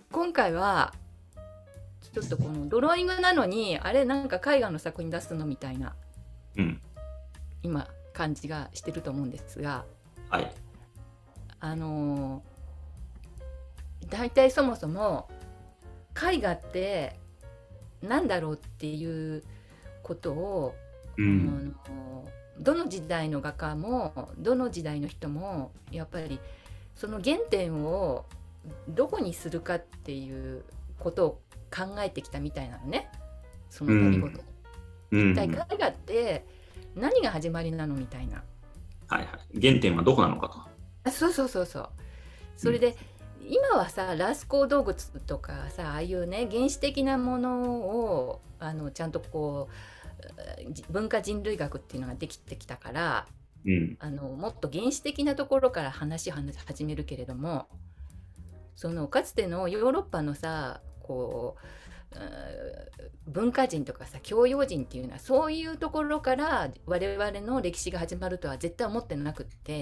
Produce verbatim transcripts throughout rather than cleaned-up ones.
今回はちょっとこのドローイングなのにあれなんか絵画の作品出すのみたいなうん。 今感じがしてると思うんですが、 はい。 あのー、大体そもそも絵画ってなんだろうっていうことを、 うん。 あのどの時代の画家もどの時代の人もやっぱりその原点をどこにするかっていうことを考えてきたみたいなのね、そうの度ごとに。 ん。う一体ん。 絵画って何が始まりなのみたいな。 はいはい。原点はどこなのかと。 あ、そうそうそうそう。 うん。 それで今はさラスコー洞窟とかさ、ああいうね原始的なものをあのちゃんとこうじ文化人類学っていうのができてきたから、 うん。 あのもっと原始的なところから話を話し始めるけれども、そのかつてのヨーロッパのさこう、うん、文化人とかさ教養人っていうのはそういうところから我々の歴史が始まるとは絶対思ってなくって、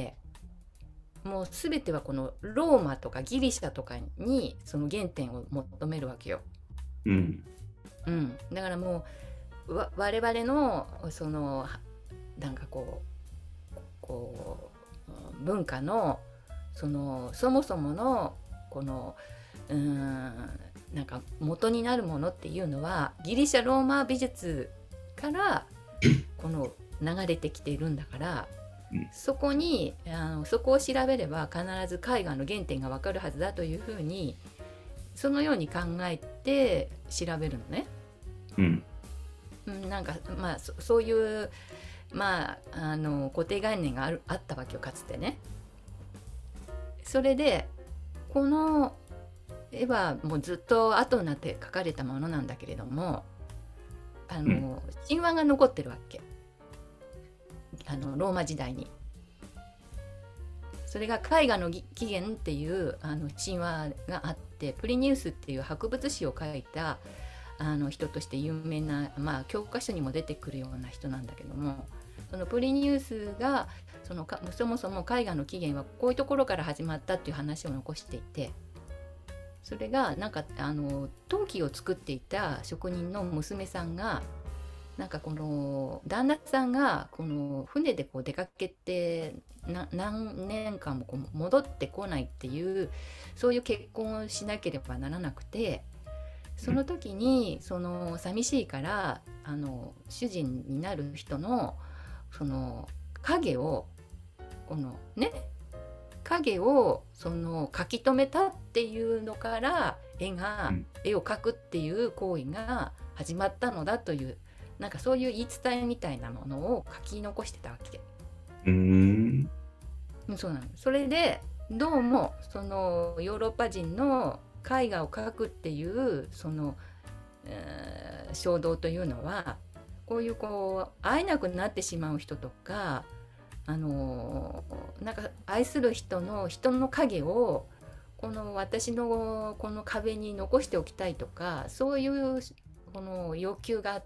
もう全てはこのローマとかギリシャとかにその原点を求めるわけよ。 うん。 うん、だからもうわ我々のそのなんかこうこう文化のそのそもそものこのうーんなんか元になるものっていうのはギリシャローマ美術からこの流れてきているんだから、 うん。 そこにあのそこを調べれば必ず絵画の原点がわかるはずだというふうにそのように考えて調べるのね。 うん。 うん、なんかまあ そ, そういうまああの固定概念があるあったわけよかつてね。それでこの絵はもうずっと後になって描かれたものなんだけれども、あうん。 の神話が残ってるわけ、あのローマ時代に。それが絵画の起源っていうあの神話があって、プリニウスっていう博物史を書いたあの人として有名な、まあ、教科書にも出てくるような人なんだけども、そのプリニウスがそのかそもそも絵画の起源はこういうところから始まったっていう話を残していて、それがなんかあの陶器を作っていた職人の娘さんがなんかこの旦那さんがこの船でこう出かけてな何年間もこう戻ってこないっていうそういう結婚をしなければならなくて、その時にその寂しいからあの主人になる人のその影をこのね影をその書き留めたっていうのから絵がうん。 絵を描くっていう行為が始まったのだという、なんかそういう言い伝えみたいなものを書き残してたわけ。 うん。 うん、そうなの。それでどうもそのヨーロッパ人の絵画を描くっていうその、えー衝動というのはこういうこう会えなくなってしまう人とか、あのなんか愛する人の人の影をこの私のこの壁に残しておきたいとか、そういうこの要求があって、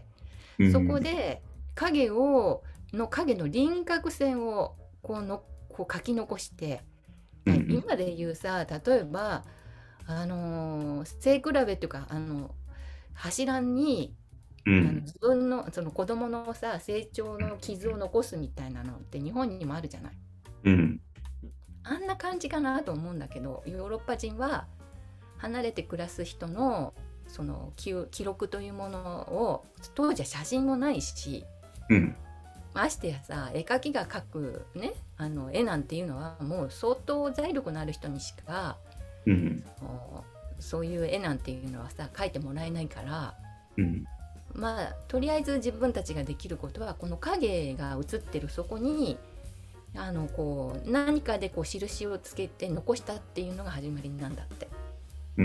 そこうん。 で影をの影の輪郭線をこうのこう書き残して、 うん。 今で言うさ例えばあの背比べっていうかあの柱にあのうん。 自分のその子供のさ成長の傷を残すみたいなのって日本にもあるじゃない。 うん。 あんな感じかなと思うんだけど、ヨーロッパ人は離れて暮らす人のその記記録というものを、当時は写真もないし、 うん。 ましてやさ絵描きが描くねあの絵なんていうのはもう相当財力のある人にしかうん。 そういう絵なんていうのはさ描いてもらえないから、 うん。 まあとりあえず自分たちができることはこの影が写ってるそこにあのこう何かでこう印をつけて残したっていうのが始まりなんだって。 うん。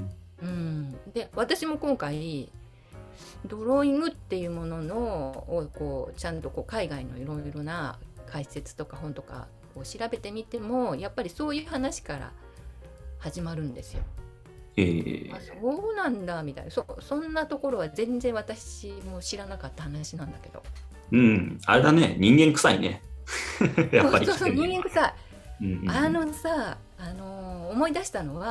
うん、で私も今回ドローイングっていうもののをこうちゃんとこう海外のいろいろな解説とか本とかを調べてみてもやっぱりそういう話から始まるんですよ。 えあ、 ー、 そうなんだみたいな、そそんなところは全然私も知らなかった話なんだけど。 うん。あれだね。人間臭いね。やっぱりそうそうそう、 聞くね、今。 人間臭い。 うん。うん。 あのさ、あのー思い出したのは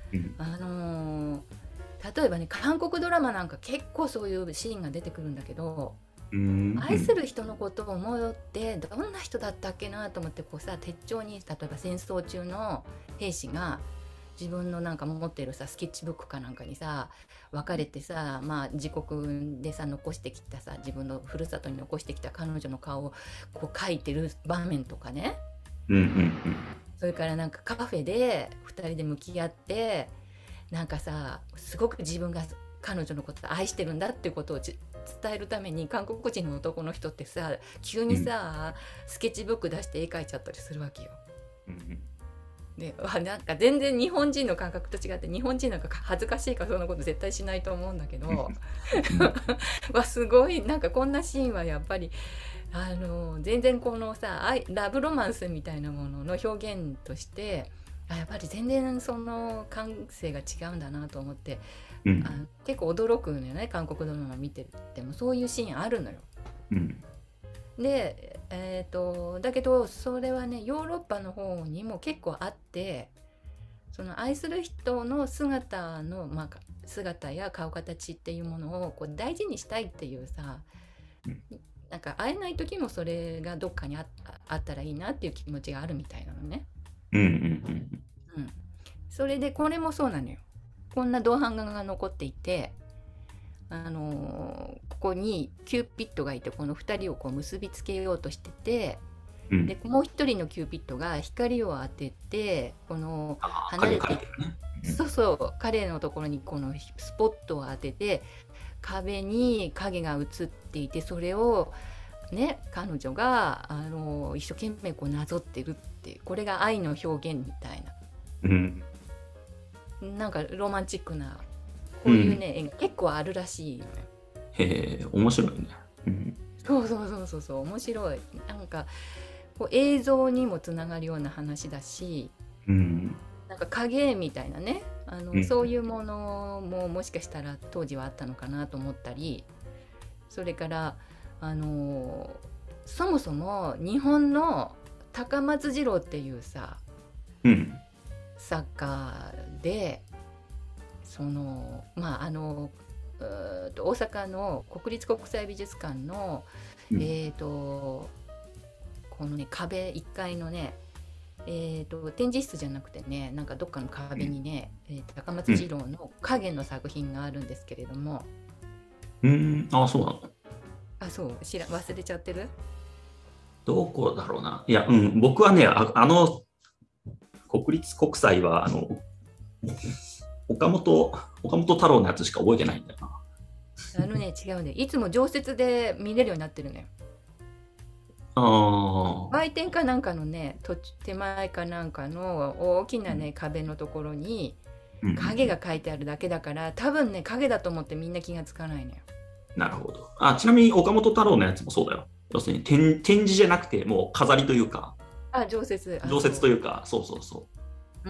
うんあのー例えばね韓国ドラマなんか結構そういうシーンが出てくるんだけど、 うん愛する人のことを思ってどんな人だったっけなと思ってこうさ手帳に例えば戦争中の兵士が自分のなんか持ってるさスケッチブックかなんかにさ別れてさ、まあ、自国でさ残してきたさ自分のふるさとに残してきた彼女の顔をこう描いてる場面とかね、 うんうんそれからなんかカフェでふたりで向き合ってなんかさすごく自分が彼女のことを愛してるんだっていうことを伝えるために韓国人の男の人ってさ急にさ、うん、スケッチブック出して絵描いちゃったりするわけよ。 うんでなんか全然日本人の感覚と違って日本人なんか恥ずかしいからそんなこと絶対しないと思うんだけどわすごいなんかこんなシーンはやっぱりあの全然このさ愛ラブロマンスみたいなものの表現としてやっぱり全然その感性が違うんだなと思って、 うん、 あ結構驚くのよね韓国ドラマ見ててもそういうシーンあるのよ。 うん、 で、えーと、だけどそれはねヨーロッパの方にも結構あってその愛する人の姿の、まあ、姿や顔形っていうものをこう大事にしたいっていうさ、うん、なんか会えない時もそれがどっかに あ, あったらいいなっていう気持ちがあるみたいなのね。 うんうんうんうん、それでこれもそうなのよ。こんな銅版画が残っていて、あのー、ここにキューピッドがいてこのふたりをこう結びつけようとしてて、うん、でもう一人のキューピッドが光を当ててこの離れていく、ね、そうそう彼のところにこのスポットを当てて壁に影が映っていてそれをね、彼女があの一生懸命こうなぞってるっていうこれが愛の表現みたいな、 うん、 なんかロマンチックなこういうね、うん、絵が結構あるらしいのよ。 へえ面白いね、うん、 そうそうそうそうそう面白いなんかこう映像にもつながるような話だし、 うん、 なんか影みたいなねあの、うん、そういうものももしかしたら当時はあったのかなと思ったりそれからあのそもそも日本の高松次郎っていうさ、 うん、 作家でそのまああのうと大阪の国立国際美術館の、うん、えーとこのね壁いっかいのねえーと展示室じゃなくてねなんかどっかの壁にね、うんえー、高松次郎の影の作品があるんですけれども、 うん、あそうなのあそう知ら忘れちゃってるどこだろうないや、うん、僕はね あ, あの国立国際はあの岡本岡本太郎のやつしか覚えてないんだよな。 あのね違うねいつも常設で見れるようになってるのよ。 あ売店かなんかのね手前かなんかの大きなね、うん、壁のところに影が描いてあるだけだから、うん、多分ね影だと思ってみんな気がつかないのよ。 なるほど。あちなみに岡本太郎のやつもそうだよ。要するに 展, 展示じゃなくてもう飾りというかあ常設常設というかそうそうそう、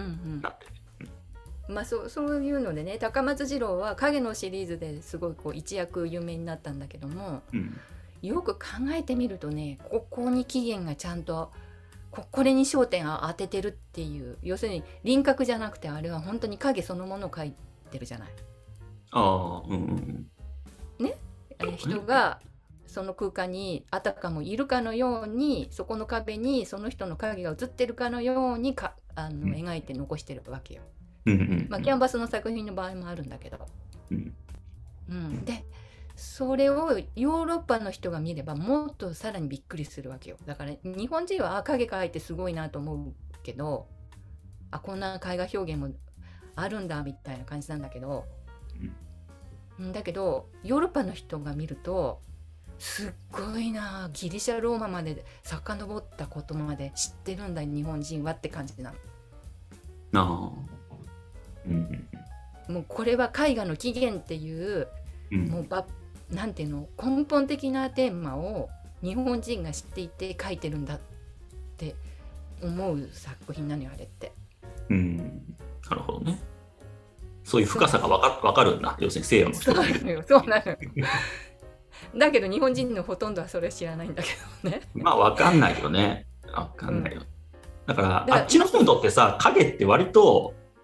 うんうん、 なってうん、まあそそういうのでね高松次郎は影のシリーズですごいこう一躍有名になったんだけども、うん、よく考えてみるとねここに起源がちゃんと こ, これに焦点を当ててるっていう要するに輪郭じゃなくてあれは本当に影そのものを描いてるじゃない。 ああうんうんね人がその空間にあたかもいるかのようにそこの壁にその人の影が映ってるかのようにかあの、うん、描いて残してるわけよ、 うんうんうんまあ、キャンバスの作品の場合もあるんだけど、 うんうん、でそれをヨーロッパの人が見ればもっとさらにびっくりするわけよ。だから日本人はあ影描いてすごいなと思うけどあこんな絵画表現もあるんだみたいな感じなんだけど、うん、だけどヨーロッパの人が見るとすっごいなギリシャローマまで遡ったことまで知ってるんだ日本人はって感じなの。あ、うん、 もうこれは絵画の起源っていう、うん、もうばなんていうの根本的なテーマを日本人が知っていて描いてるんだって思う作品なのよあれって。 うん、なるほどね。そういう深さが分 か, 分かるんだ要するに西洋の人そうなのよそうなのよだけど日本人のほとんどはそれ知らないんだけどね。 まあ分かんないよね分かんないよ、うん、だからあっちの人にとってさ影って割と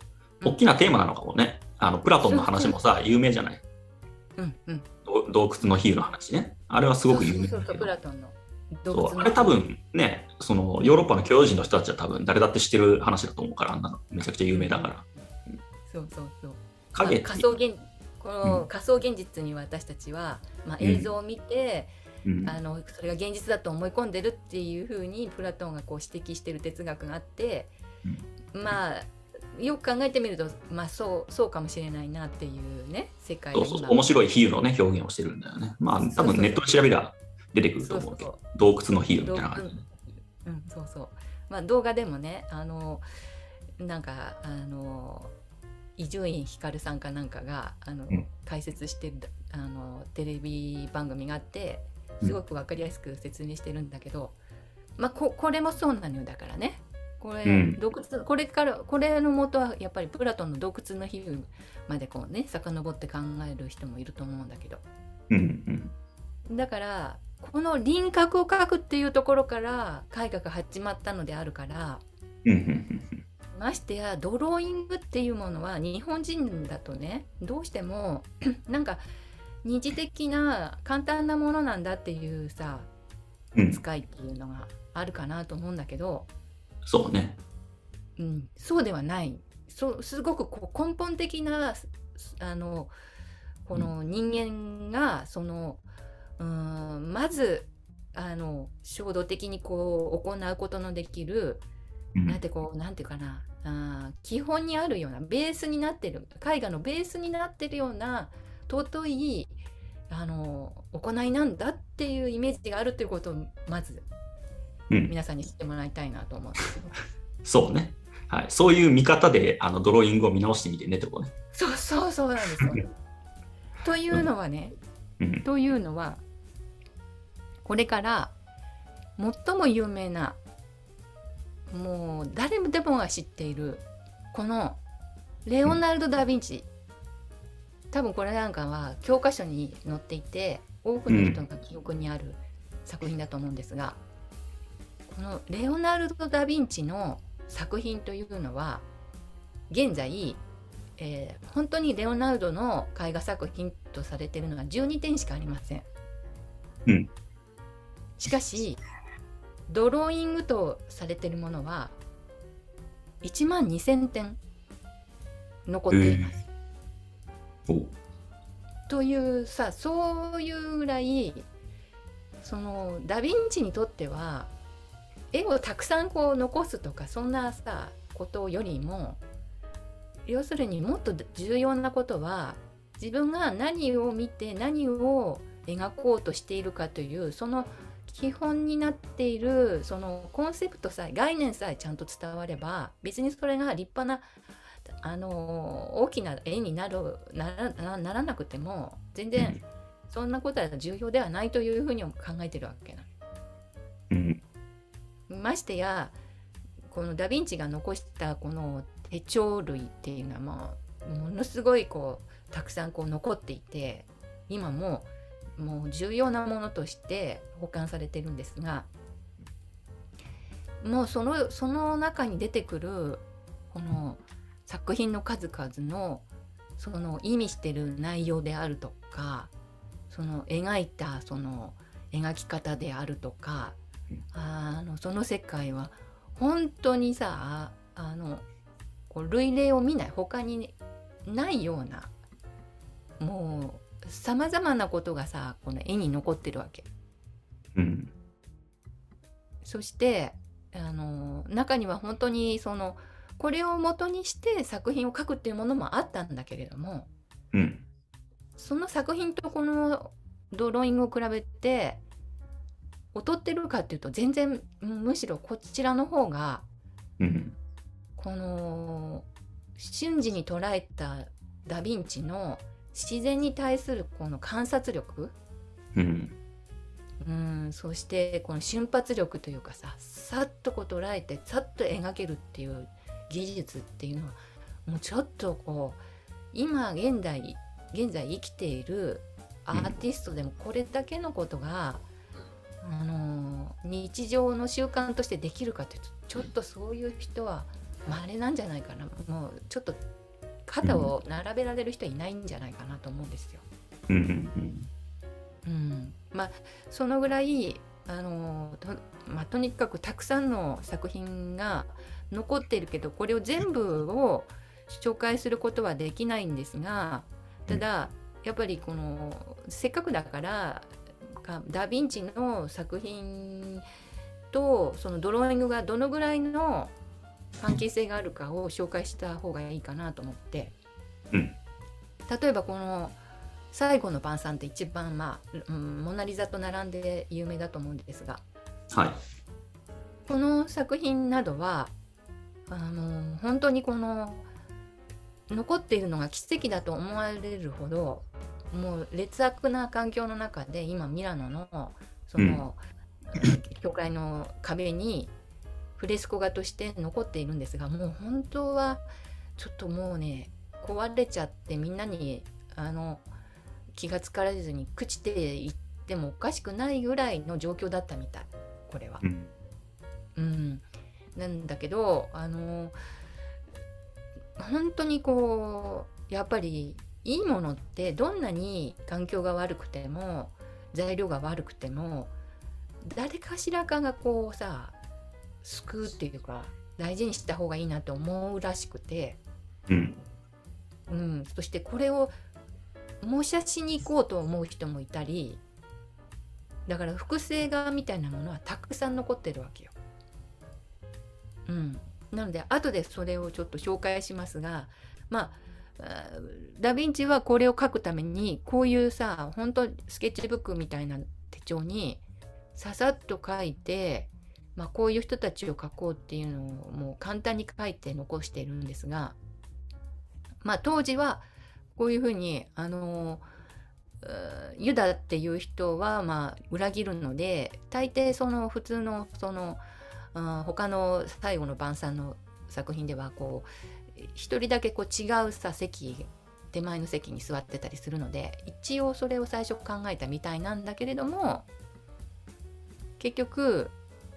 大きなテーマなのかもね。あのプラトンの話もさ、有名じゃない。 うんうん。 洞窟の比喩の話ね。あれはすごく有名だけど。 そうそうそう、プラトンの洞そう、 窟の。 あれ多分ね、そのヨーロッパの教養人の人たちは多分誰だって知ってる話だと思うから、あんなのめちゃくちゃ有名だから。 そうそうそう。 影まあ仮想現このうん仮想現実に私たちは、まあ、映像を見て、 うんあのそれが現実だと思い込んでるっていうふうにプラトンがこう指摘してる哲学があって、まあよく考えてみると、まあ、そうそうかもしれないなっていうね、世界が今そうそう、面白い比喩のね、表現をしてるんだよね。まあ、多分ネットで調べりゃ出てくると思うけど、洞窟の比喩みたいな感じで。 うん、そうそう。まあ動画でもね、あのなんかあの伊集院光さんかなんかがあの、うん、解説してるあのテレビ番組があって、すごく分かりやすく説明してるんだけど、うん、まあ こ, これもそうなのよ。だからね、これ、うん、洞窟これからこれの元はやっぱりプラトンの洞窟の比喩までこうね遡って考える人もいると思うんだけど、 うんうん、だからこの輪郭を描くっていうところから絵画が始まったのであるから、 うん、 ましてやドローイングっていうものは日本人だとね、どうしてもなんか二次的な簡単なものなんだっていうさ、扱いっていうのがあるかなと思うんだけど、 うん、そうね、 うん、そうではない。そうすごくこう根本的なあのこの人間がそのうーんまずあの衝動的にこう行うことのできる、うん、なんてこうなんていうかな、あ基本にあるようなベースになってる、絵画のベースになってるような尊いあの行いなんだっていうイメージがあるということをまず、うん、皆さんに知ってもらいたいなと思うんですけど。 そうね、はい、そういう見方であのドローイングを見直してみてねってことね。 そうそうそうなんですよ。というのはね、うん、というのはこれから最も有名な、もう誰でもが知っているこのレオナルド・ダ・ヴィンチ、うん、多分これなんかは教科書に載っていて多くの人の記憶にある作品だと思うんですが、うん、このレオナルド・ダ・ヴィンチの作品というのは現在、えー、本当にレオナルドの絵画作品とされているのはじゅうにてんしかありません、 うん、 しかしドローイングとされているものはいちまんにせんてん残っています、 えー、 というさ、そういうぐらいそのダ・ヴィンチにとっては絵をたくさんこう残すとかそんなさことよりも、要するにもっと重要なことは自分が何を見て何を描こうとしているかというその基本になっているそのコンセプトさえ概念さえちゃんと伝われば、別にそれが立派なあの大きな絵になるな ら, ならなくても全然そんなことは重要ではないというふうに考えてるわけな、 うん、 ましてやこのダ・ヴィンチが残したこの手帳類っていうのはもうものすごいこうたくさんこう残っていて、今ももう重要なものとして保管されてるんですが、もうそのその中に出てくるこの作品の数々のその意味してる内容であるとか、その描いたその描き方であるとか、あのその世界は本当にさ、あのこう類例を見ない他にないような、もうさまざまなことがさこの絵に残ってるわけ、 うん、 そしてあの中には本当にそのこれを元にして作品を描くっていうものもあったんだけれども、 うん、 その作品とこのドローイングを比べて劣ってるかっていうと全然むしろこちらの方が、 うん、 この瞬時に捉えたダ・ヴィンチの自然に対するこの観察力、 うん、 うんそしてこの瞬発力というかさ、さっとこう捉えてさっと描けるっていう技術っていうのはもうちょっとこう今現代現在生きているアーティストでもこれだけのことが、うん、あの日常の習慣としてできるかというとちょっとそういう人は稀なんじゃないかな。もうちょっと肩を並べられる人はいないんじゃないかなと思うんですよ。 うんうんうん、まあそのぐらいあのと、まあ、とにかくたくさんの作品が残っているけど、これを全部を紹介することはできないんですが、ただやっぱりこのせっかくだからダ・ヴィンチの作品とそのドローイングがどのぐらいの関係性があるかを紹介した方がいいかなと思って、 うん、 例えばこの最後の晩餐って一番、まあうん、モナリザと並んで有名だと思うんですが、 はい、 この作品などはあの本当にこの残っているのが奇跡だと思われるほど、もう劣悪な環境の中で今ミラノのその、うん、教会の壁にフレスコ画として残っているんですが、もう本当はちょっともうね壊れちゃってみんなにあの気がつかれずに朽ちていってもおかしくないぐらいの状況だったみたい、これは。うん、うん、なんだけどあの本当にこうやっぱりいいものってどんなに環境が悪くても材料が悪くても誰かしらかがこうさ救うっていうか大事にした方がいいなと思うらしくて、 うんうん、そしてこれを模写しに行こうと思う人もいたり、だから複製画みたいなものはたくさん残ってるわけよ。うん、なので後でそれをちょっと紹介しますが、まあダ・ヴィンチはこれを描くためにこういうさ本当スケッチブックみたいな手帳にささっと書いて、まあ、こういう人たちを描こうっていうのをもう簡単に書いて残しているんですが、まあ当時はこういうふうにあのユダっていう人はまあ裏切るので、大抵その普通のその他の最後の晩餐の作品ではこう一人だけこう違うさ席手前の席に座ってたりするので、一応それを最初考えたみたいなんだけれども、結局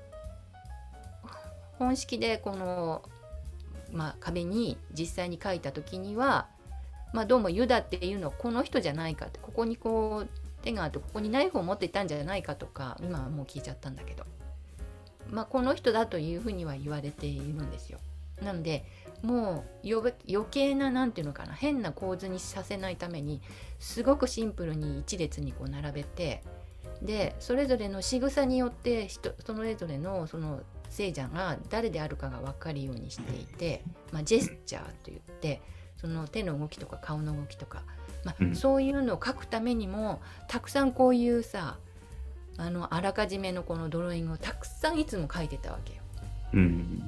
本式でこの、まあ、壁に実際に書いた時には、まあ、どうもユダっていうのはこの人じゃないかって、ここにこう手があってここにナイフを持っていたんじゃないかとか、今はもう聞いちゃったんだけど、まあ、この人だというふうには言われているんですよ。なのでもう余計ななんていうのかな、変な構図にさせないためにすごくシンプルに一列にこう並べて、でそれぞれの仕草によって人それぞれのその聖者が誰であるかが分かるようにしていて、まあ、ジェスチャーといってその手の動きとか顔の動きとか、まあ、そういうのを書くためにもたくさんこういうさあのあらかじめのこのドローイングをたくさんいつも書いてたわけよ。 うん、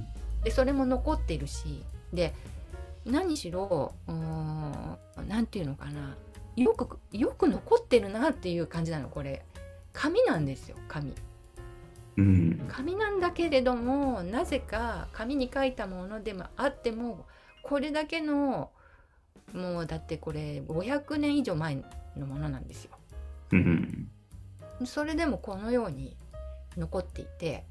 でそれも残っているし、で何しろなんていうのかな、よくよく残ってるなっていう感じなの。これ紙なんですよ、紙。 うん、 紙なんだけれども、なぜか紙に書いたものでもあってもこれだけのもうだってこれごひゃくねん以上前のものなんですよ。 うん、 それでもこのように残っていて、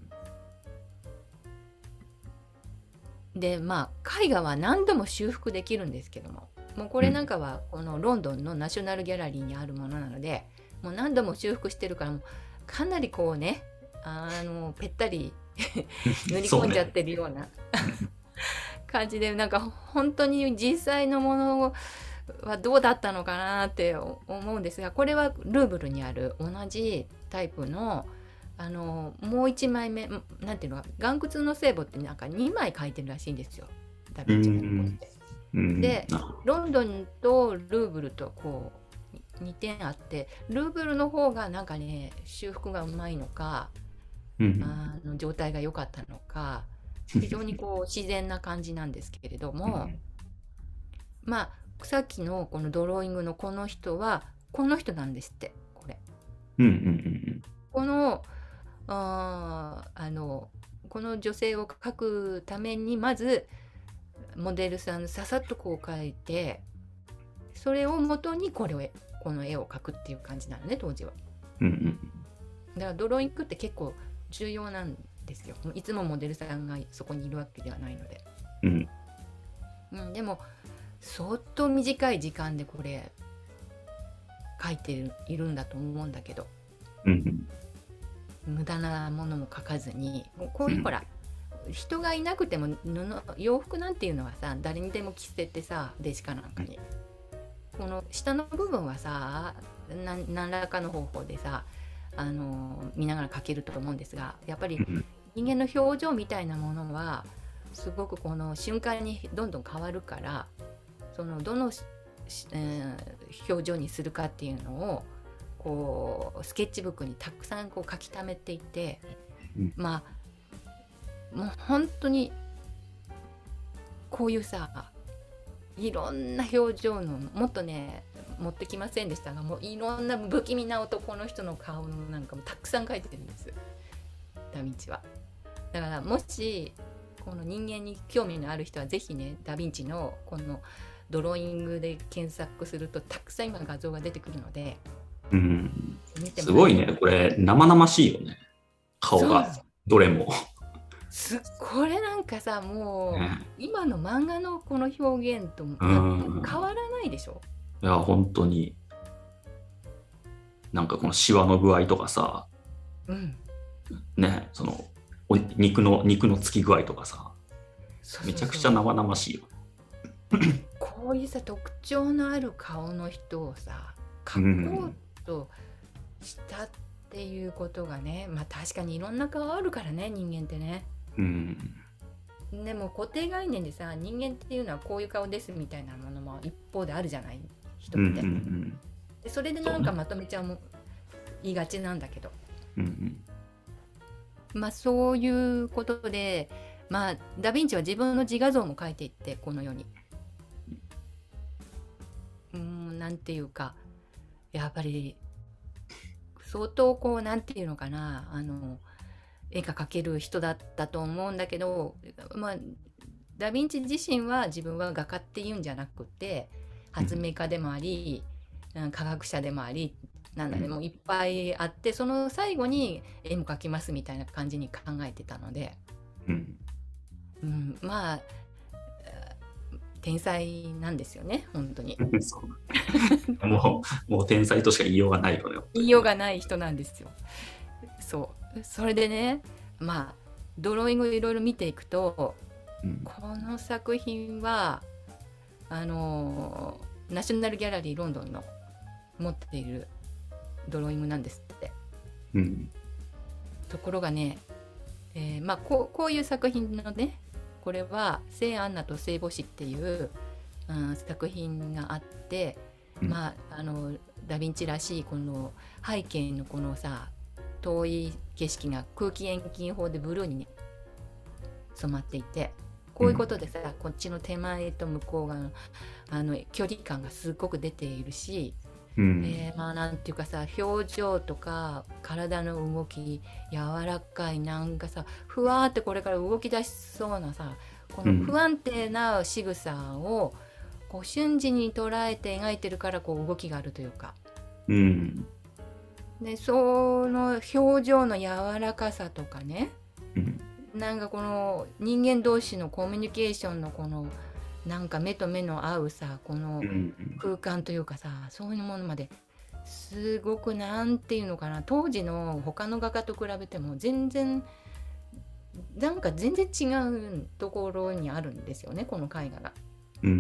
でまあ絵画は何度も修復できるんですけども、もうこれなんかはこのロンドンのナショナルギャラリーにあるものなので、もう何度も修復してるから、もうかなりこうね、あのぺったり塗り込んじゃってるような感じで、なんか本当に実際のものはどうだったのかなって思うんですが、これはルーブルにある同じタイプのあのもういちまいめ、なんていうのか、岩窟の聖母ってなんかにまい描いてるらしいんですよ、ダ・ヴィンチが残って。でロンドンとルーブルとこうにてんあって、ルーブルの方がなんかね修復がうまいのか、 うん、 あの状態が良かったのか、非常にこう自然な感じなんですけれども、まあさっきのこのドローイングのこの人はこの人なんですって、これ。 うんうんうん、 このああのこの女性を描くためにまずモデルさんささっとこう描いて、それを元にこれをこの絵を描くっていう感じなのね、当時は。 うんうん、 だからドローイングって結構重要なんですよ。いつもモデルさんがそこにいるわけではないので。 うんうん、でも相当短い時間でこれ描いているんだと思うんだけど、 うん無駄なものも描かずに、もうこういうほら、うん、人がいなくても布洋服なんていうのはさ誰にでも着せてさ、デジカなんかに、この下の部分はさ何らかの方法でさあの見ながら描けると思うんですが、やっぱり人間の表情みたいなものはすごくこの瞬間にどんどん変わるから、そのどの、えー、表情にするかっていうのをこうスケッチブックにたくさんこう書き溜めていて、うん、まあもう本当にこういうさいろんな表情のもっとね持ってきませんでしたが、もういろんな不気味な男の人の顔のなんかもたくさん描いてるんです、ダヴィンチは。だからもしこの人間に興味のある人はぜひね、ダヴィンチのこのドローイングで検索するとたくさん今画像が出てくるので、 うん、すごいね、これ生々しいよね、顔がどれも。 すこれなんかさもう、ね、今の漫画のこの表現と変わらないでしょ。 いや本当になんかこのシワの具合とかさ、うん、ね、その肉の肉のつき具合とかさ、そうそうそう、めちゃくちゃ生々しいよ。 こういうさ特徴のある顔の人をさ描こうとしたっていうことがね、うん、まあ確かにいろんな顔あるからね人間ってね、うん、でも固定概念でさ人間っていうのはこういう顔ですみたいなものも一方であるじゃない人って、うんうんうん、でそれでなんかまとめちゃうも言いがちなんだけど、うんうん、まあそういうことでまあダヴィンチは自分の自画像も描いていってこの世にうーんなんていうかやっぱり相当こうなんていうのかなあの絵が描ける人だったと思うんだけど、まあダヴィンチ自身は自分は画家っていうんじゃなくて発明家でもあり、うん、科学者でもありなんだね、もういっぱいあってその最後に絵も描きますみたいな感じに考えてたので、うんうん、まあ天才なんですよね本当に。 そうもう、もう天才としか言いようがないよね。 言いようがない人なんですよ。そうそれでねまあドローイングいろいろ見ていくと、うん、この作品はあのナショナルギャラリーロンドンの持っているドローイングなんですって、うん、ところがね、えーまあ、こう、こういう作品のねこれは聖アンナと聖母子っていう、うん、作品があって、うん、まああのダヴィンチらしいこの背景のこのさ遠い景色が空気遠近法でブルーにね染まっていて、こういうことでさ、うん、こっちの手前と向こう側のあの距離感がすごく出ているし、うんえー、まあなんていうかさ表情とか体の動き柔らかいなんかさふわーってこれから動き出しそうなさこの不安定な仕草をこう瞬時に捉えて描いてるからこう動きがあるというか、うん、でその表情の柔らかさとかね、うん、なんかこの人間同士のコミュニケーションのこのなんか目と目の合うさこの空間というかさ、うん、そういうものまですごくなんていうのかな当時の他の画家と比べても全然なんか全然違うところにあるんですよねこの絵画が、うんうん、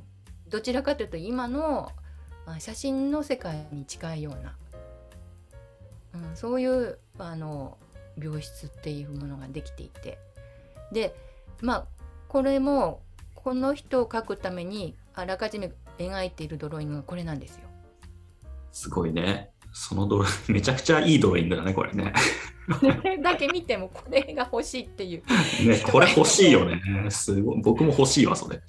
どちらかというと今の写真の世界に近いような、うん、そういうあの描出っていうものができていてでまあこれもこの人を描くためにあらかじめ描いているドローイングがこれなんですよ。 すごいね。そのドローめちゃくちゃいいドローイングだねこれね。 これだけ見てもこれが欲しいっていう。 ねこれ欲しいよね。すごい僕も欲しいわそれ。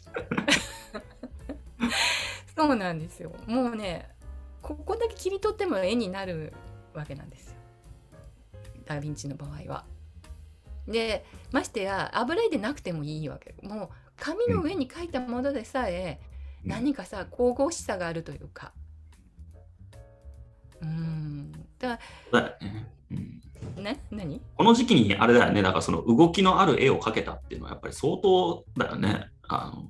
そうなんですよ。もうねここだけ切り取っても絵になるわけなんですよ。ダヴィンチの場合は。でましてや油絵でなくてもいいわけ。もう紙の上に描いたものでさえ、うん、何かさ神々しさがあるというか、うーんだだ、うんね、何この時期にあれだよねだからその動きのある絵を描けたっていうのはやっぱり相当だよね。あの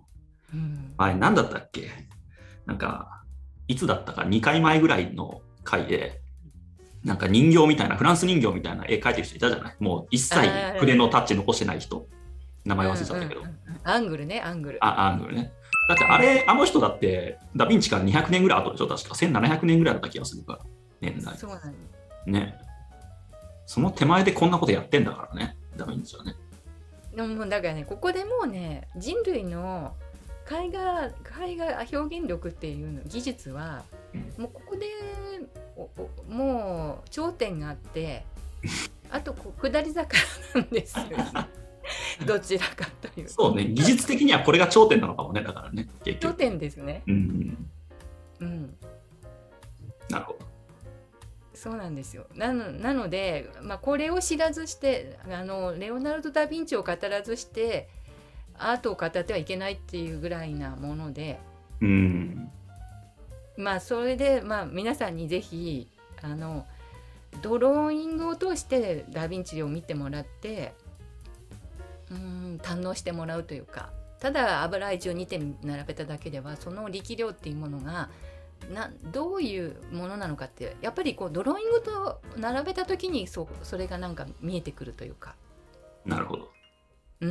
うん、 あれ何だったっけ、なんかいつだったかにかいまえぐらいの回で、なんか人形みたいな、フランス人形みたいな絵描いてる人いたじゃない。もう一切筆のタッチ残してない人。名前忘れちゃったけど。 うんうんうん、アングルね、アングル。 あ、アングルね。だってあれ、あの人だってダヴィンチからにひゃくねんぐらい後でしょ、確か。せんななひゃくねんぐらいだった気がするから、年代。 そうなんね。その手前でこんなことやってんだからね、ダヴィンチはね。 でもだからね、ここでもうね、人類の絵画、絵画表現力っていうの技術は、もうここでおおもう頂点があって、あとこう下り坂なんですよ、ね、どちらかというと。 そうね、技術的にはこれが頂点なのかもね、だからね、結局。 頂点ですね。 うん、 うん、 なるほど。 そうなんですよ。なの、なので、まあ、これを知らずして、あのレオナルド・ダ・ヴィンチを語らずしてアートを語ってはいけないっていうぐらいなもので、 うん、 まあそれで、まあ、皆さんにぜひあのドローイングを通してダ・ヴィンチを見てもらって、うーん堪能してもらうというか、ただ油絵じゅうにてん並べただけではその力量っていうものがなどういうものなのかって、やっぱりこうドローイングと並べた時に そ, それがなんか見えてくるというか、 なるほど。 うん、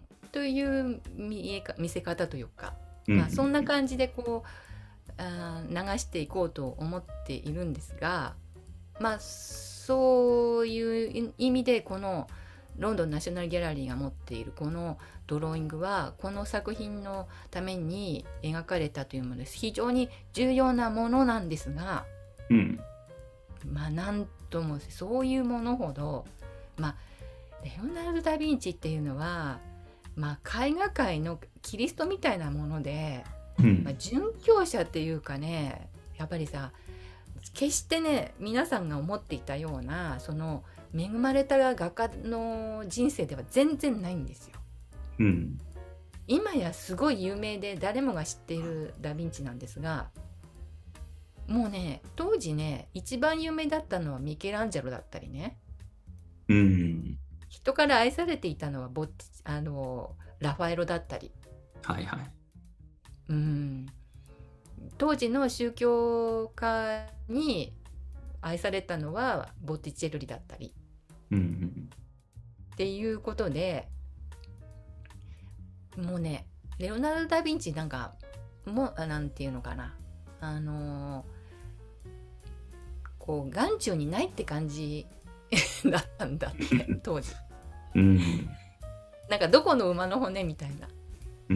という見えか見せ方というか、 うん、 まあ、そんな感じでこうあ流していこうと思っているんですが、まあそういう意味でこのロンドンナショナルギャラリーが持っているこのドローイングはこの作品のために描かれたというものです。非常に重要なものなんですが、 うん、 まあなんともそういうものほど、まあレオナルド・ダ・ヴィンチっていうのは、まあ、絵画界のキリストみたいなもので、 うんまあ、殉教者っていうかね、やっぱりさ、決してね皆さんが思っていたようなその恵まれた画家の人生では全然ないんですよ。 うん、 今やすごい有名で誰もが知っているダ・ヴィンチなんですが、もうね当時ね一番有名だったのはミケランジェロだったりね、 うん、 人から愛されていたのはボッティあのラファエロだったり、 はいはい。 うん、当時の宗教家に愛されたのはボッティチェルリだったりうん、 っていうことで、もうねレオナルド・ダ・ヴィンチなんかもうなんていうのかな、あのこう眼中にないって感じだったんだって当時。 うん、 なんかどこの馬の骨みたいな、 うん、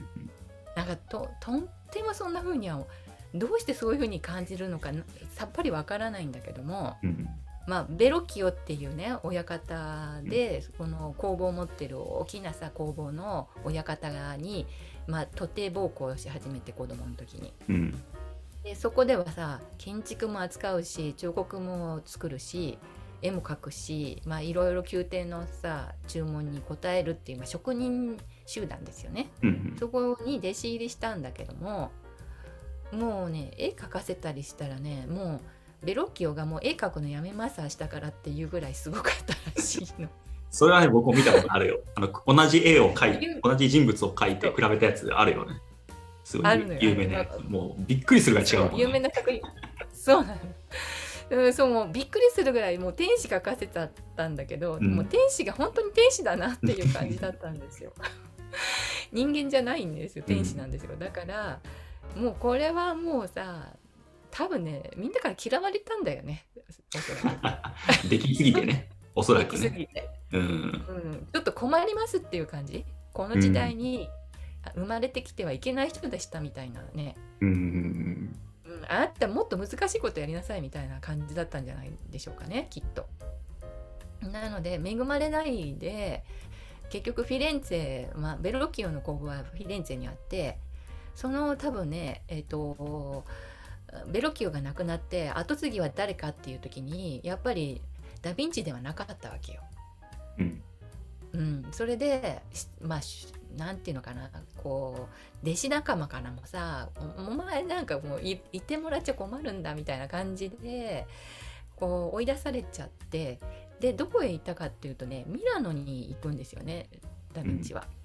なんか と, とってもそんな風にはどうしてそういう風に感じるのかさっぱりわからないんだけども、 うん、 まあベロッキオっていうね親方で、この工房を持ってる大きなさ工房の親方に、まあ、徒弟奉公し始めて子供の時に、 うん、 でそこではさ建築も扱うし彫刻も作るし絵も描くし、まあいろいろ宮廷のさ注文に応えるっていう、まあ、職人集団ですよね、 うん、 そこに弟子入りしたんだけども、もうね絵描かせたりしたらね、もうベロッキオがもう絵描くのやめます明日からっていうぐらいすごかったらしいの。 それはね、僕も見たことあるよ。あの同じ絵を描いて、同じ人物を描いて比べたやつあるよね。すごい有名なやつ。もうびっくりするぐらい違うもんね。 有名な作品。そうなの。そうもうびっくりするぐらいもう天使描かせちゃったんだけど、うん、もう天使が本当に天使だなっていう感じだったんですよ。人間じゃないんですよ、天使なんですよ。だからもうこれはもうさ多分ねみんなから嫌われたんだよね、おそらく。できすぎてね、おそらくね。 できすぎて、 うんうん、ちょっと困りますっていう感じ。この時代に生まれてきてはいけない人でしたみたいなね。 うん、 あなたもっと難しいことやりなさいみたいな感じだったんじゃないでしょうかね、きっと。なので恵まれないで結局フィレンツェ、まあ、ベロッキオの工房はフィレンツェにあって、その多分ねえっとベロッキオが亡くなって後継ぎは誰かっていう時にやっぱりダ・ヴィンチではなかったわけよ。 うんうん、それでまあなんていうのかな、こう弟子仲間からもさ、お前なんかもう い, いてもらっちゃ困るんだみたいな感じでこう追い出されちゃって、でどこへ行ったかっていうとねミラノに行くんですよね、ダ・ヴィンチは。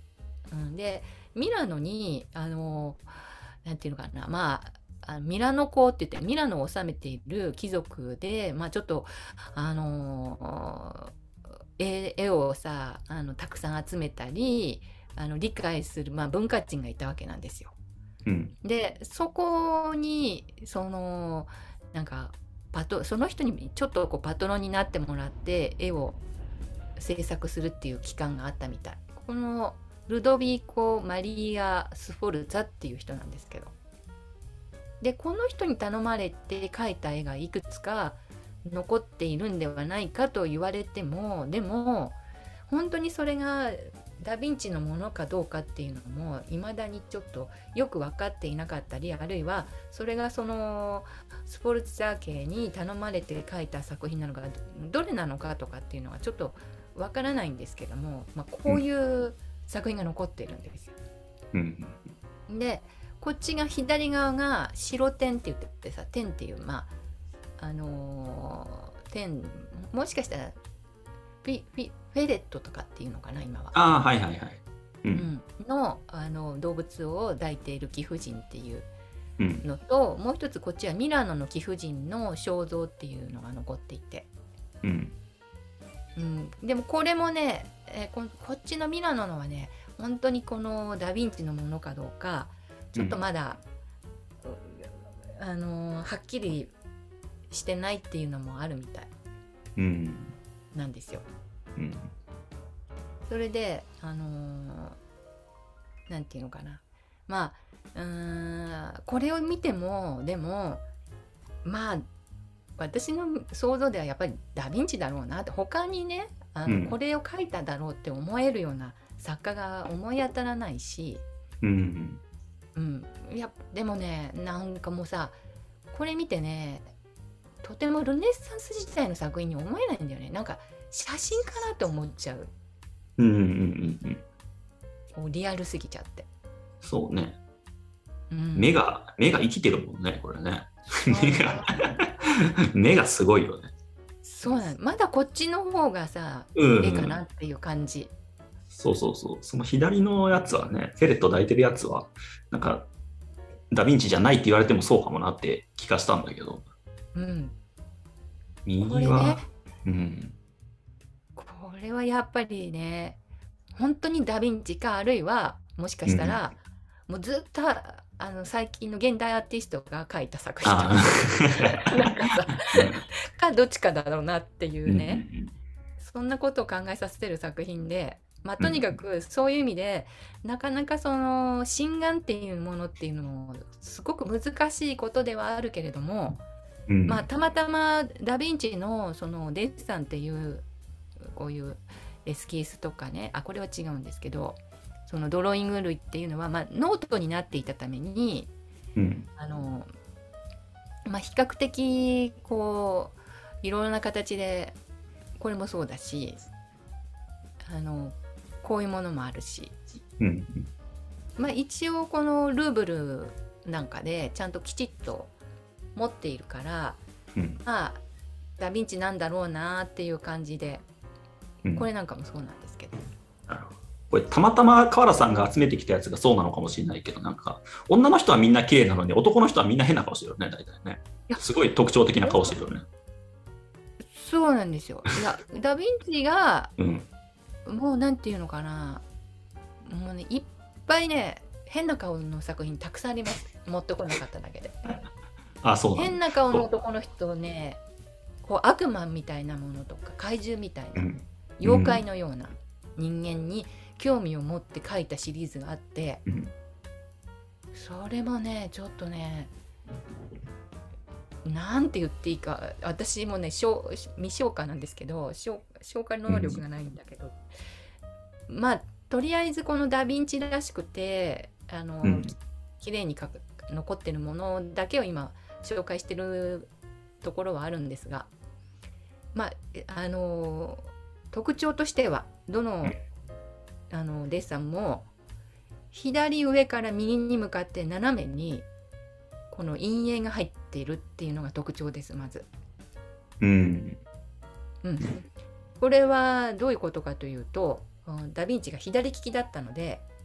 うん、でミラノにあのなんていうのかな、まああミラノ公って言ってミラノを治めている貴族で、まあ、ちょっとあの絵絵をさあのたくさん集めたりあの理解する、まあ、文化人がいたわけなんですよ。 うん。 でそこにそのなんかパトその人にちょっとこうパトロンになってもらって絵を制作するっていう期間があったみたい。このルドビコ・マリア・スフォルツァっていう人なんですけど、でこの人に頼まれて描いた絵がいくつか残っているんではないかと言われても、でも本当にそれがダ・ヴィンチのものかどうかっていうのもいまだにちょっとよく分かっていなかったり、あるいはそれがそのスフォルツァ家に頼まれて描いた作品なのかどれなのかとかっていうのはちょっと分からないんですけども、まあ、こういう作品が残っているんですよ。 うん。 でこっちが左側が白点って言ってさ、点っていうまああのー点もしかしたらフィフィフェレットとかっていうのかな今は。 ああ、はいはいはい。う。 うんん、の、あの動物を抱いている貴婦人っていううん。 のと、もう一つこっちはミラノの貴婦人の肖像っていうのが残っていて、 うん。 うん、でもこれもね、えーこ、こっちのミラノのはね本当にこのダ・ヴィンチのものかどうかちょっとまだ、うん、あのーはっきりしてないっていうのもあるみたいうん。 なんですよ。 うん。 それであのーなんていうのかな、まあうーんこれを見てもでもまあ私の想像ではやっぱりダ・ヴィンチだろうなって、他にねあの、 うんこれを描いただろうって思えるような作家が思い当たらないし、 うん。 うん、いやでもねなんかもうさこれ見てねとてもルネッサンス時代の作品に思えないんだよね。なんか写真かなって思っちゃう。 うん。うん。うん。うん。 こうリアルすぎちゃって、 そうね。 うん、 目が、目が生きてるもんね、これね。 そう目が、目がすごいよね。 そうなの。まだこっちの方がさうん。 絵かなっていう感じ。 そうそうそう。その左のやつはね、フェレット抱いてるやつは、なんか、ダヴィンチじゃないって言われてもそうかもなって気がしたんだけど、 うん、 右これねは、うん。 これはやっぱりね本当にダ・ヴィンチか、あるいはもしかしたら、もうずっとあの最近の現代アーティストが描いた作品あなんかさかどっちかだろうなっていーうね、そんなことを考えさせてる作品で、まあ、とにかくそういう意味でなかなかその心眼っていうものっていうのもすごく難しいことではあるけれども、 うん。 まあ、たまたまダ・ヴィンチのそのデッサンっていうこういうエスキースとかね、あこれは違うんですけど、そのドローイング類っていうのは、まあ、ノートになっていたためにうん。 あの、まあ、比較的こういろいろな形でこれもそうだし、あのこういうものもあるし、 うん。 まあ、一応このルーブルなんかでちゃんときちっと持っているから、 うん。 まあダ・ヴィンチなんだろうなっていう感じで、 うん。 これなんかもそうなんですけど、 なるほど。これたまたま河原さんが集めてきたやつがそうなのかもしれないけど、なんか女の人はみんな綺麗なのに男の人はみんな変な顔してるよね、大体ね。 いやすごい特徴的な顔してるよね。 そうなんですよ。いやダ・ヴィンチがうん。 もうなんていうのかな、もうねいっぱいね変な顔の作品たくさんあります。持ってこなかっただけで。 あ、そうなんだ。 変な顔の男の人ね、こう悪魔みたいなものとか怪獣みたいな、 うん。 妖怪のような人間に興味を持って描いたシリーズがあって、 うん。 それもねちょっとねなんて言っていいか、私もね消未消化なんですけど、消消化能力がないんだけど、まあとりあえずこのダ・ヴィンチらしくてあの、 うん。 綺麗にかく残ってるものだけを今紹介してるところはあるんですが、まああの特徴としてはどのあのデッサンも左上から右に向かって斜めにこの陰影が入っているっていうのが特徴です。まず、 うん。 うん、これはどういうことかというと、ダ・ヴィンチが左利きだったので、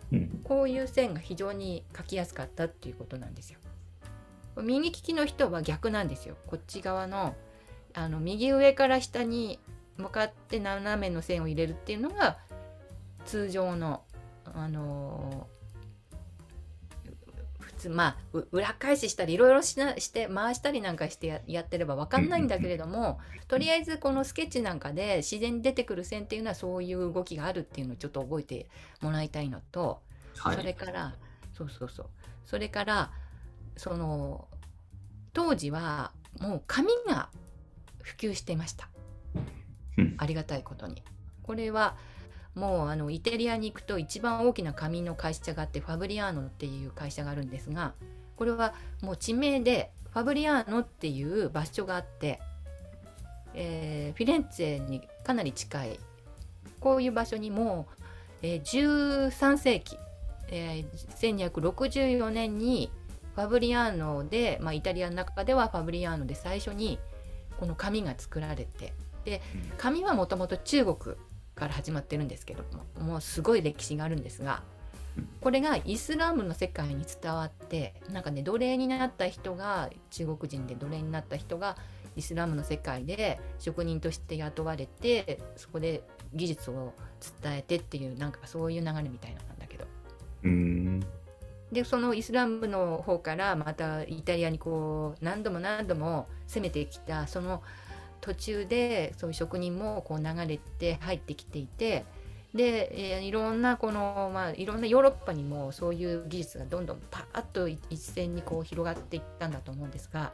うん、 こういう線が非常に描きやすかったっていうことなんですよ。右利きの人は逆なんですよ。こっち側の、あの右上から下に向かって斜めの線を入れるっていうのが通常の、あのー、普通まあ裏返ししたりいろいろしなして回したりなんかしてや、やってれば分かんないんだけれども、とりあえずこのスケッチなんかで自然に出てくる線っていうのはそういう動きがあるっていうのをちょっと覚えてもらいたいのと、 はい、 それからそうそうそうそれからその当時はもう紙が普及していました。 うん、 ありがたいことに。これはもうあのイタリアに行くと一番大きな紙の会社があって、ファブリアーノっていう会社があるんですが、これはもう地名でファブリアーノっていう場所があって、えー、フィレンツェにかなり近いこういう場所にもう、えー、じゅうさん世紀、えー、せんにひゃくろくじゅうよねんにファブリアーノで、まあ、イタリアの中ではファブリアーノで最初にこの紙が作られて、で紙はもともと中国から始まってるんですけども、もうすごい歴史があるんですが、これがイスラムの世界に伝わって、なんかね奴隷になった人が、中国人で奴隷になった人がイスラムの世界で職人として雇われて、そこで技術を伝えてっていう、なんかそういう流れみたいなんだけど、 うーん、 でそのイスラムの方からまたイタリアにこう何度も何度も攻めてきた、その途中でそういう職人もこう流れて入ってきていて、で、えー、いろんなこの、まあ、いろんなヨーロッパにもそういう技術がどんどんパーッと一斉にこう広がっていったんだと思うんですが、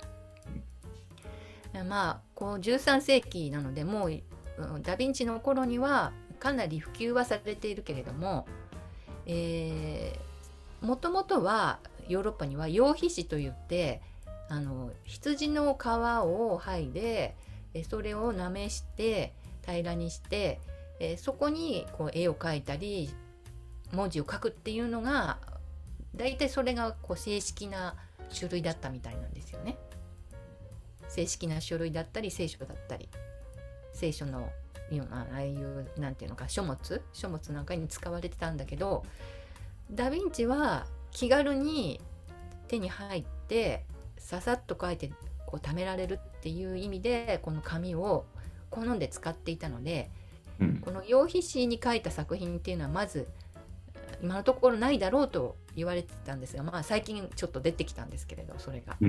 まあこうじゅうさん世紀なので、もうダ・ヴィンチの頃にはかなり普及はされているけれども、えー、もともとはヨーロッパには羊皮紙といって、あの羊の皮を剥いで、それをなめして平らにして、えー、そこにこう絵を描いたり文字を書くっていうのが、だいたいそれがこう正式な種類だったみたいなんですよね。正式な書類だったり聖書だったり、聖書のようなああいうなんていうのか書物書物なんかに使われてたんだけど、ダ・ヴィンチは気軽に手に入ってささっと書いてこう貯められるっていう意味でこの紙を好んで使っていたので、 うん、 この羊皮紙に書いた作品っていうのはまず今のところないだろうと言われてたんですが、まあ最近ちょっと出てきたんですけれど、それが、 うん、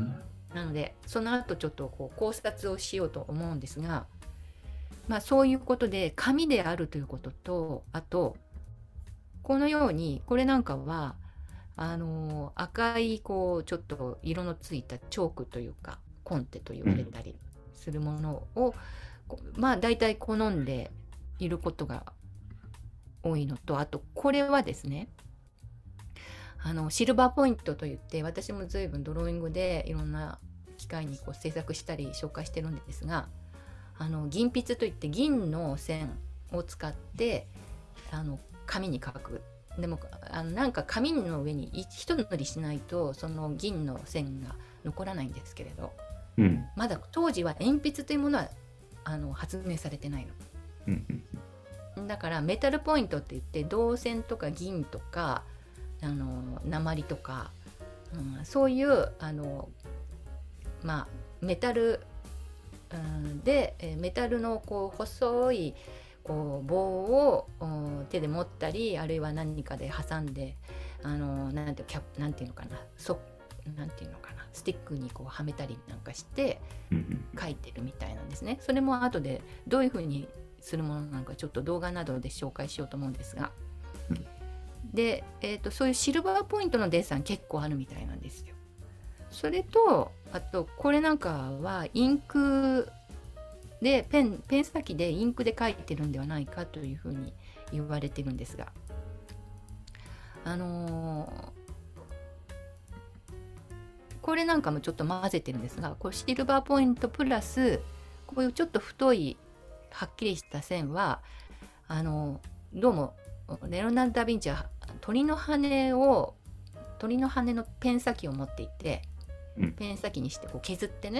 なのでその後ちょっとこう考察をしようと思うんですが、まあそういうことで紙であるということと、あとこのようにこれなんかはあの赤いこうちょっと色のついたチョークというかコンテと言われたりするものを、うん、まあ大体好んでいることが多いのと、あとこれはですね、あのシルバーポイントといって、私も随分ドローイングでいろんな機械にこう制作したり紹介してるんですが、あの銀筆といって銀の線を使ってあの紙に書く。でもあのなんか紙の上に一塗りしないとその銀の線が残らないんですけれど、 うん、 まだ当時は鉛筆というものはあの発明されてないの、 うん、 だからメタルポイントって言って銅線とか銀とかあの鉛とか、うん、そういうあのまあメタル、うん、でメタルのこう細いこう棒を手で持ったり、あるいは何かで挟んであのなんてキャなんていうのかな、そなんていうのかなスティックにこうはめたりなんかして書いてるみたいなんですね。それも後でどういうふうにするものなのかちょっと動画などで紹介しようと思うんですが、で、えーと、そういうシルバーポイントのデッサン結構あるみたいなんですよ。それとあとこれなんかはインクでペン、ペン先でインクで書いてるんではないかというふうに言われてるんですが、あのー、これなんかもちょっと混ぜてるんですが、これシルバーポイントプラスこういうちょっと太いはっきりした線はあのー、どうもレオナルド・ダ・ヴィンチは鳥の羽を鳥の羽のペン先を持っていて、ペン先にしてこう削ってね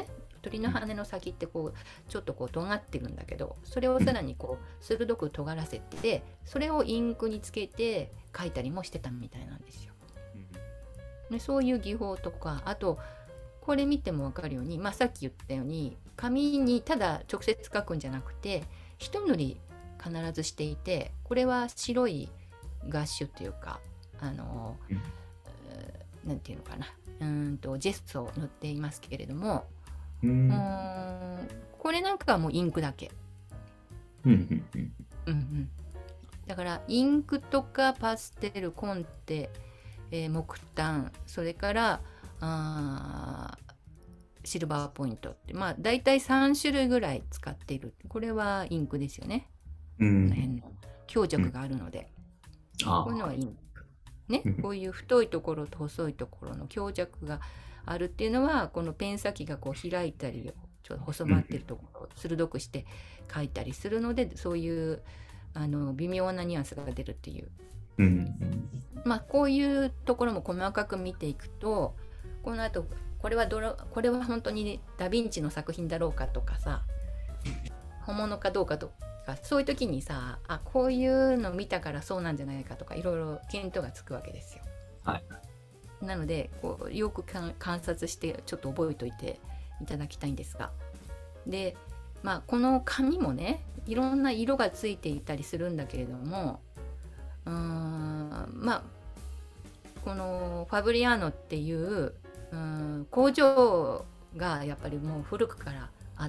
鳥の羽の先ってこうちょっとこう尖ってるんだけど、それをさらにこう鋭く尖らせて、それをインクにつけて描いたりもしてたみたいなんですよ。でそういう技法とか、あとこれ見ても分かるように、まあ、さっき言ったように紙にただ直接描くんじゃなくて一塗り必ずしていて、これは白いガッシュっていうか、あの、うん、なんていうのかな、うんとジェスを塗っていますけれども、うん、うんこれなんかはもうインクだけ、 うんうんうんうんうん、だからインクとかパステル、コンテ、えー、木炭、それからあシルバーポイントって、まあ大体さん種類ぐらい使っている。これはインクですよね。 うん、 この辺の強弱があるので、うん、こういうのはインクね、こういう太いところと細いところの強弱があるっていうのは、このペン先がこう開いたりちょっと細まってるところを鋭くして書いたりするので、そういうあの微妙なニュアンスが出るっていう、うん、まあこういうところも細かく見ていくと、この後これはどれこれは本当にダヴィンチの作品だろうかとかさ、本物かどうかとか、そういう時にさ、あこういうの見たからそうなんじゃないかとか、いろいろ見当がつくわけですよ。 はい、 なのでこうよく観察してちょっと覚えておいていただきたいんですが、で、まあ、この紙もねいろんな色がついていたりするんだけれども、うーんまあこのファブリアーノっていううん工場がやっぱりもう古くからあって、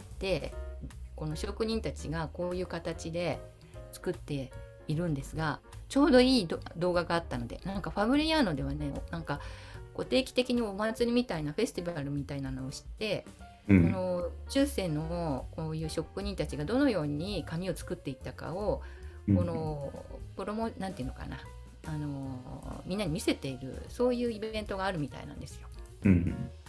この職人たちがこういう形で作っているんですが、ちょうどいい動画があったので、なんかファブリアーノではね、なんかこう定期的にお祭りみたいなフェスティバルみたいなのをして、うん、この中世のこういう職人たちがどのように紙を作っていったかを、このプロモなんていうのかな、あのみんなに見せている、そういうイベントがあるみたいなんですよ。 うん